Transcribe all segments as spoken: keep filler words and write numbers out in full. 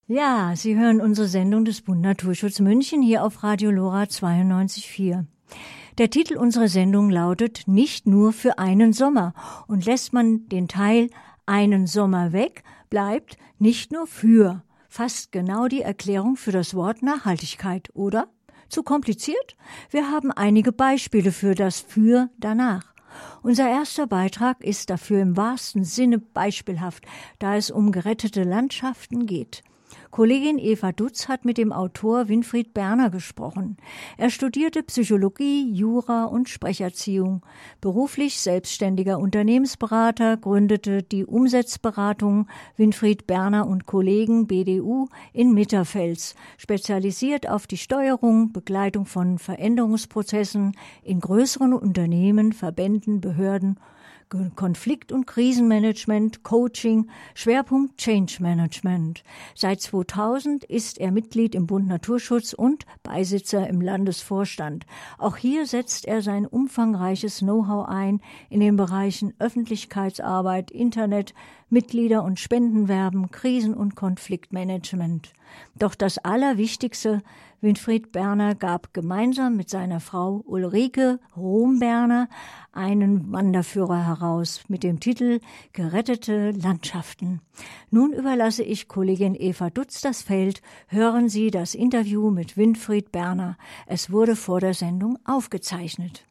Ja, Sie hören unsere Sendung des Bund Naturschutz München hier auf Radio Lora zweiundneunzig Komma vier. Der Titel unserer Sendung lautet Nicht nur für einen Sommer und lässt man den Teil einen Sommer weg, bleibt nicht nur für. Fast genau die Erklärung für das Wort Nachhaltigkeit, oder? Zu kompliziert? Wir haben einige Beispiele für das Für danach. Unser erster Beitrag ist dafür im wahrsten Sinne beispielhaft, da es um gerettete Landschaften geht. Kollegin Eva Dutz hat mit dem Autor Winfried Berner gesprochen. Er studierte Psychologie, Jura und Sprecherziehung. Beruflich selbstständiger Unternehmensberater, gründete die Umsetzberatung Winfried Berner und Kollegen B D U in Mitterfels, spezialisiert auf die Steuerung, Begleitung von Veränderungsprozessen in größeren Unternehmen, Verbänden, Behörden, Konflikt- und Krisenmanagement, Coaching, Schwerpunkt Change Management. Seit zweitausend ist er Mitglied im Bund Naturschutz und Beisitzer im Landesvorstand. Auch hier setzt er sein umfangreiches Know-how ein in den Bereichen Öffentlichkeitsarbeit, Internet, Mitglieder- und Spendenwerben, Krisen- und Konfliktmanagement. Doch das Allerwichtigste, Winfried Berner gab gemeinsam mit seiner Frau Ulrike Romberner einen Wanderführer heraus mit dem Titel Gerettete Landschaften. Nun überlasse ich Kollegin Eva Dutz das Feld. Hören Sie das Interview mit Winfried Berner. Es wurde vor der Sendung aufgezeichnet.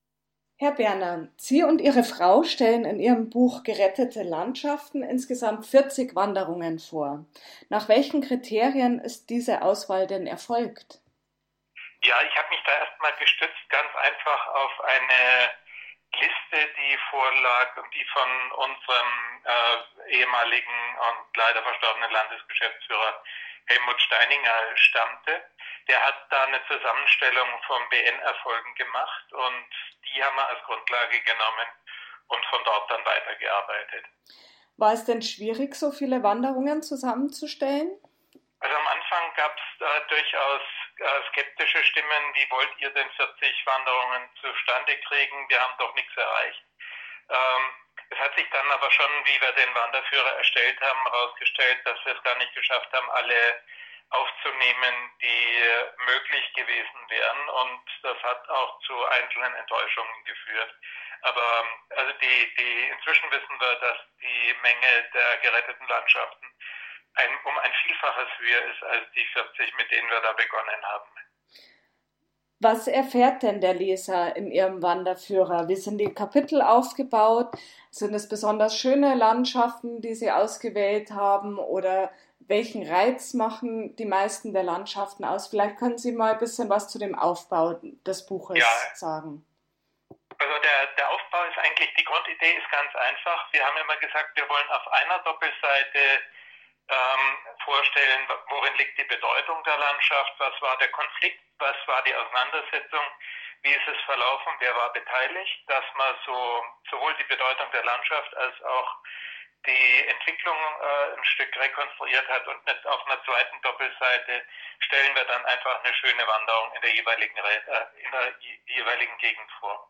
Herr Berner, Sie und Ihre Frau stellen in Ihrem Buch Gerettete Landschaften insgesamt vierzig Wanderungen vor. Nach welchen Kriterien ist diese Auswahl denn erfolgt? Ja, ich habe mich da erstmal gestützt, ganz einfach auf eine Liste, die vorlag und die von unserem äh, ehemaligen und leider verstorbenen Landesgeschäftsführer Helmut Steininger stammte. Der hat da eine Zusammenstellung von B N-Erfolgen gemacht und die haben wir als Grundlage genommen und von dort dann weitergearbeitet. War es denn schwierig, so viele Wanderungen zusammenzustellen? Also am Anfang gab es äh, durchaus äh, skeptische Stimmen, wie wollt ihr denn vierzig Wanderungen zustande kriegen? Wir haben doch nichts erreicht. Ähm, es hat sich dann aber schon, wie wir den Wanderführer erstellt haben, herausgestellt, dass wir es gar nicht geschafft haben, alle aufzunehmen, die möglich gewesen wären, und das hat auch zu einzelnen Enttäuschungen geführt. Aber also die, die inzwischen wissen wir, dass die Menge der geretteten Landschaften ein, um ein Vielfaches höher ist als die vierzig, mit denen wir da begonnen haben. Was erfährt denn der Leser in Ihrem Wanderführer? Wie sind die Kapitel aufgebaut? Sind es besonders schöne Landschaften, die Sie ausgewählt haben, oder welchen Reiz machen die meisten der Landschaften aus? Vielleicht können Sie mal ein bisschen was zu dem Aufbau des Buches ja. sagen. Also der, der Aufbau ist eigentlich, die Grundidee ist ganz einfach. Wir haben immer gesagt, wir wollen auf einer Doppelseite ähm, vorstellen, worin liegt die Bedeutung der Landschaft, was war der Konflikt, was war die Auseinandersetzung, wie ist es verlaufen, wer war beteiligt, dass man so sowohl die Bedeutung der Landschaft als auch die Entwicklung äh, ein Stück rekonstruiert hat, und nicht auf einer zweiten Doppelseite stellen wir dann einfach eine schöne Wanderung in der jeweiligen, äh, in der jeweiligen Gegend vor.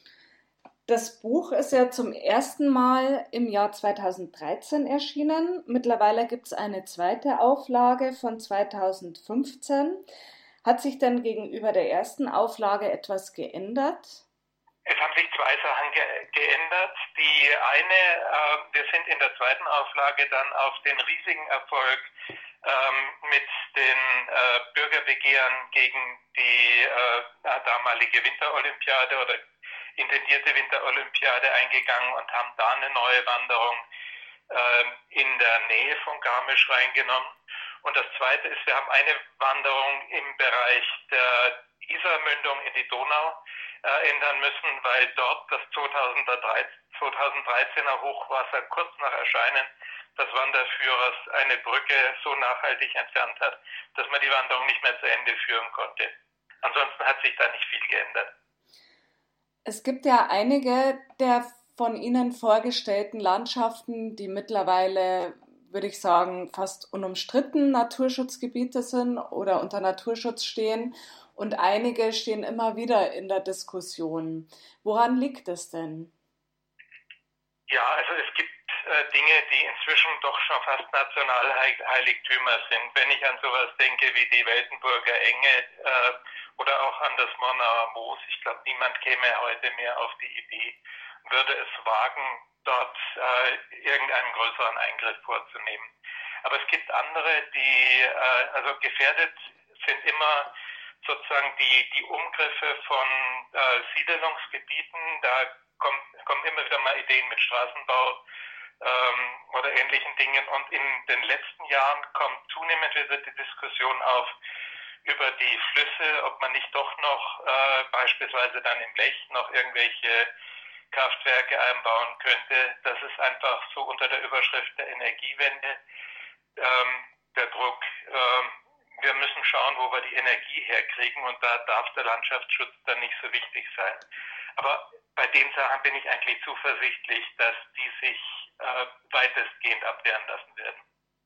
Das Buch ist ja zum ersten Mal im Jahr zweitausenddreizehn erschienen. Mittlerweile gibt es eine zweite Auflage von zweitausendfünfzehn. Hat sich denn gegenüber der ersten Auflage etwas geändert? Es haben sich zwei Sachen ge- geändert. Die eine, äh, wir sind in der zweiten Auflage dann auf den riesigen Erfolg ähm, mit den äh, Bürgerbegehren gegen die äh, damalige Winterolympiade oder intendierte Winterolympiade eingegangen und haben da eine neue Wanderung äh, in der Nähe von Garmisch reingenommen. Und das Zweite ist, wir haben eine Wanderung im Bereich der Isarmündung in die Donau äh, ändern müssen, weil dort das zweitausenddreizehner Hochwasser kurz nach Erscheinen des Wanderführers eine Brücke so nachhaltig entfernt hat, dass man die Wanderung nicht mehr zu Ende führen konnte. Ansonsten hat sich da nicht viel geändert. Es gibt ja einige der von Ihnen vorgestellten Landschaften, die mittlerweile, würde ich sagen, fast unumstritten Naturschutzgebiete sind oder unter Naturschutz stehen, und einige stehen immer wieder in der Diskussion. Woran liegt es denn? Ja, also es gibt äh, Dinge, die inzwischen doch schon fast Nationalheiligtümer sind. Wenn ich an sowas denke wie die Weltenburger Enge äh, oder auch an das Murnauer Moos, ich glaube, niemand käme heute mehr auf die Idee, würde es wagen, dort äh, irgendeinen größeren Eingriff vorzunehmen. Aber es gibt andere, die äh, also gefährdet sind immer sozusagen die, die Umgriffe von äh, Siedelungsgebieten. Da kommt, kommen immer wieder mal Ideen mit Straßenbau ähm, oder ähnlichen Dingen. Und in den letzten Jahren kommt zunehmend wieder die Diskussion auf über die Flüsse, ob man nicht doch noch äh, beispielsweise dann im Lech noch irgendwelche Kraftwerke einbauen könnte. Das ist einfach so unter der Überschrift der Energiewende ähm, der Druck. Ähm, wir müssen schauen, wo wir die Energie herkriegen, und da darf der Landschaftsschutz dann nicht so wichtig sein. Aber bei den Sachen bin ich eigentlich zuversichtlich, dass die sich äh, weitestgehend abwehren lassen werden.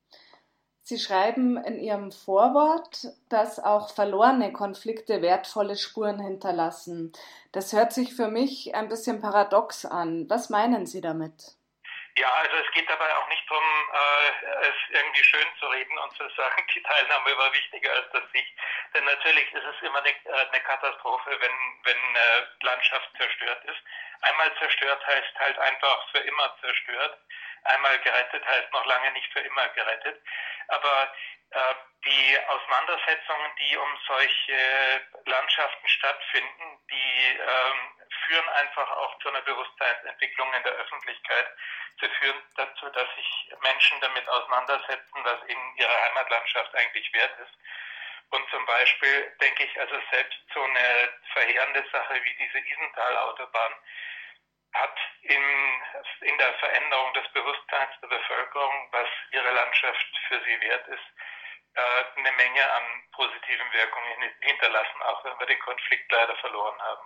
Sie schreiben in Ihrem Vorwort, dass auch verlorene Konflikte wertvolle Spuren hinterlassen. Das hört sich für mich ein bisschen paradox an. Was meinen Sie damit? Ja, also es geht dabei auch nicht darum, äh, es irgendwie schön zu reden und zu sagen, die Teilnahme war wichtiger als das Sieg. Denn natürlich ist es immer eine, äh, eine Katastrophe, wenn, wenn äh, Landschaft zerstört ist. Einmal zerstört heißt halt einfach für immer zerstört. Einmal gerettet heißt noch lange nicht für immer gerettet. Aber äh, die Auseinandersetzungen, die um solche Landschaften stattfinden, die ähm, führen einfach auch zu einer Bewusstseinsentwicklung in der Öffentlichkeit. Sie führen dazu, dass sich Menschen damit auseinandersetzen, was ihnen ihre Heimatlandschaft eigentlich wert ist. Und zum Beispiel denke ich, also selbst so eine verheerende Sache wie diese Isental-Autobahn hat in, in der Veränderung des Bewusstseins der Bevölkerung, was ihre Landschaft für sie wert ist, äh, eine Menge an positiven Wirkungen hinterlassen, auch wenn wir den Konflikt leider verloren haben.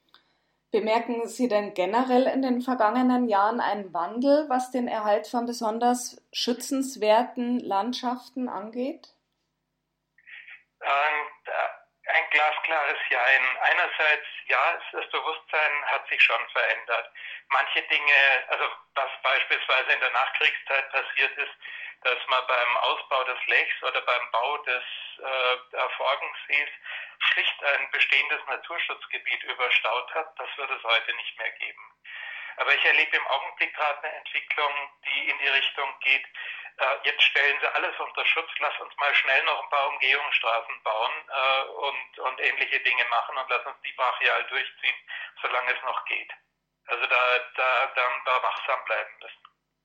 Bemerken Sie denn generell in den vergangenen Jahren einen Wandel, was den Erhalt von besonders schützenswerten Landschaften angeht? Ähm, ein glasklares Ja. Einerseits, ja, das Bewusstsein hat sich schon verändert. Manche Dinge, also was beispielsweise in der Nachkriegszeit passiert ist, dass man beim Ausbau des Lechs oder beim Bau des äh, Forgensees schlicht ein bestehendes Naturschutzgebiet überstaut hat, das wird es heute nicht mehr geben. Aber ich erlebe im Augenblick gerade eine Entwicklung, die in die Richtung geht, äh, jetzt stellen sie alles unter Schutz, lass uns mal schnell noch ein paar Umgehungsstraßen bauen äh, und, und ähnliche Dinge machen und lass uns die brachial durchziehen, solange es noch geht. Also da, da, da, da wachsam bleiben müssen.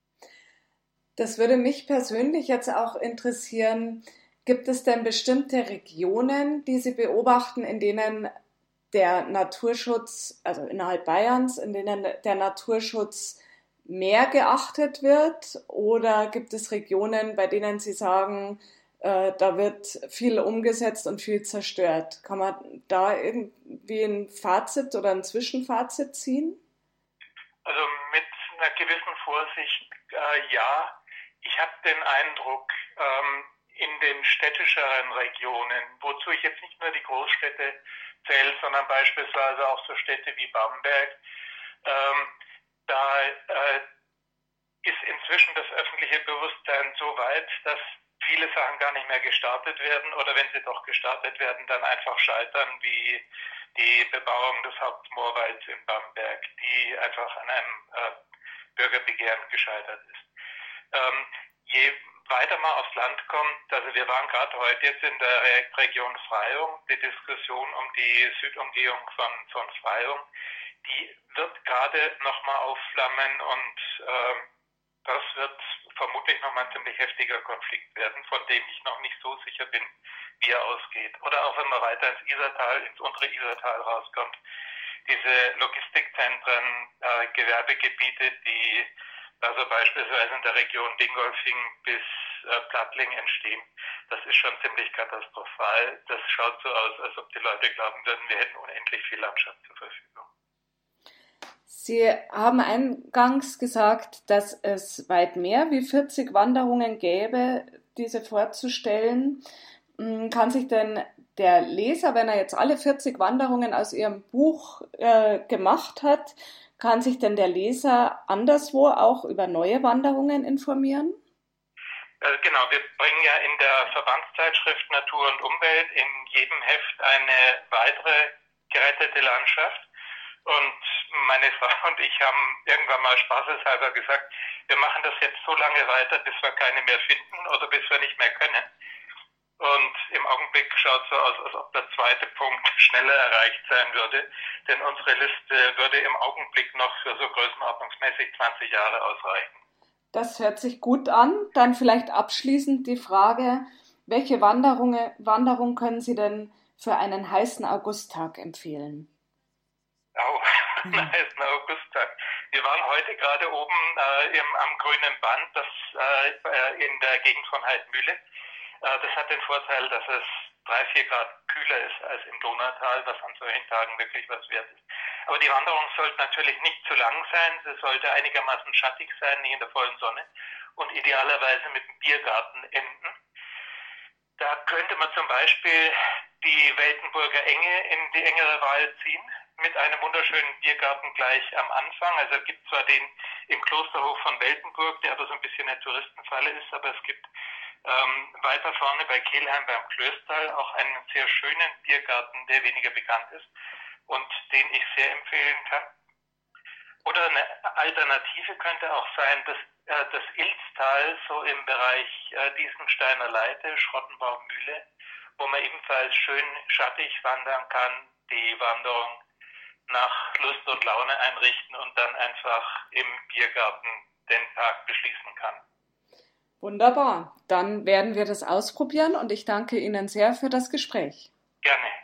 Das würde mich persönlich jetzt auch interessieren. Gibt es denn bestimmte Regionen, die Sie beobachten, in denen der Naturschutz, also innerhalb Bayerns, in denen der Naturschutz mehr geachtet wird? Oder gibt es Regionen, bei denen Sie sagen, äh, da wird viel umgesetzt und viel zerstört? Kann man da irgendwie ein Fazit oder ein Zwischenfazit ziehen? Also mit einer gewissen Vorsicht, äh, ja. Ich habe den Eindruck, ähm, in den städtischeren Regionen, wozu ich jetzt nicht nur die Großstädte zähle, sondern beispielsweise auch so Städte wie Bamberg, ähm, da äh, ist inzwischen das öffentliche Bewusstsein so weit, dass viele Sachen gar nicht mehr gestartet werden oder wenn sie doch gestartet werden, dann einfach scheitern, wie die Bebauung des Hauptmoorwalds in Bamberg, die einfach an einem äh, Bürgerbegehren gescheitert ist. Ähm, je weiter man aufs Land kommt, also wir waren gerade heute jetzt in der Re- Region Freyung, die Diskussion um die Südumgehung von, von Freyung, die wird gerade nochmal aufflammen und äh, das wird vermutlich nochmal ein ziemlich heftiger Konflikt werden, von dem ich noch nicht so sicher bin, wie er ausgeht. Oder auch wenn man weiter ins Isartal, ins untere Isartal rauskommt, diese Logistikzentren, äh, Gewerbegebiete, die also beispielsweise in der Region Dingolfing bis äh, Plattling entstehen, das ist schon ziemlich katastrophal. Das schaut so aus, als ob die Leute glauben würden, wir hätten unendlich viel Landschaft zur Verfügung. Sie haben eingangs gesagt, dass es weit mehr wie vierzig Wanderungen gäbe, diese vorzustellen. Kann sich denn der Leser, wenn er jetzt alle vierzig Wanderungen aus Ihrem Buch äh, gemacht hat, Kann sich denn der Leser anderswo auch über neue Wanderungen informieren? Äh, genau, wir bringen ja in der Verbandszeitschrift Natur und Umwelt in jedem Heft eine weitere gerettete Landschaft. Und meine Frau und ich haben irgendwann mal spaßeshalber gesagt, wir machen das jetzt so lange weiter, bis wir keine mehr finden oder bis wir nicht mehr können. Und im Augenblick schaut es so aus, als ob der zweite Punkt schneller erreicht sein würde, denn unsere Liste würde im Augenblick noch für so größenordnungsmäßig zwanzig Jahre ausreichen. Das hört sich gut an. Dann vielleicht abschließend die Frage, welche Wanderung, Wanderung können Sie denn für einen heißen Augusttag empfehlen? Oh, einen heißen Augusttag. Wir waren heute gerade oben äh, im, am grünen Band, das äh, in der Gegend von Heidmühle. Äh, das hat den Vorteil, dass es drei, vier Grad kühler ist als im Donautal, was an solchen Tagen wirklich was wert ist. Aber die Wanderung sollte natürlich nicht zu lang sein, sie sollte einigermaßen schattig sein, nicht in der vollen Sonne und idealerweise mit dem Biergarten enden. Da könnte man zum Beispiel die Weltenburger Enge in die engere Wahl ziehen, mit einem wunderschönen Biergarten gleich am Anfang. Also es gibt zwar den im Klosterhof von Weltenburg, der aber so ein bisschen eine Touristenfalle ist, aber es gibt ähm, weiter vorne bei Kelheim beim Klösterl auch einen sehr schönen Biergarten, der weniger bekannt ist und den ich sehr empfehlen kann. Oder eine Alternative könnte auch sein, dass äh, das Ilztal, so im Bereich äh, Diesensteiner Leite, Schrottenbaumühle, wo man ebenfalls schön schattig wandern kann, die Wanderung nach Lust und Laune einrichten und dann einfach im Biergarten den Tag beschließen kann. Wunderbar, dann werden wir das ausprobieren und ich danke Ihnen sehr für das Gespräch. Gerne.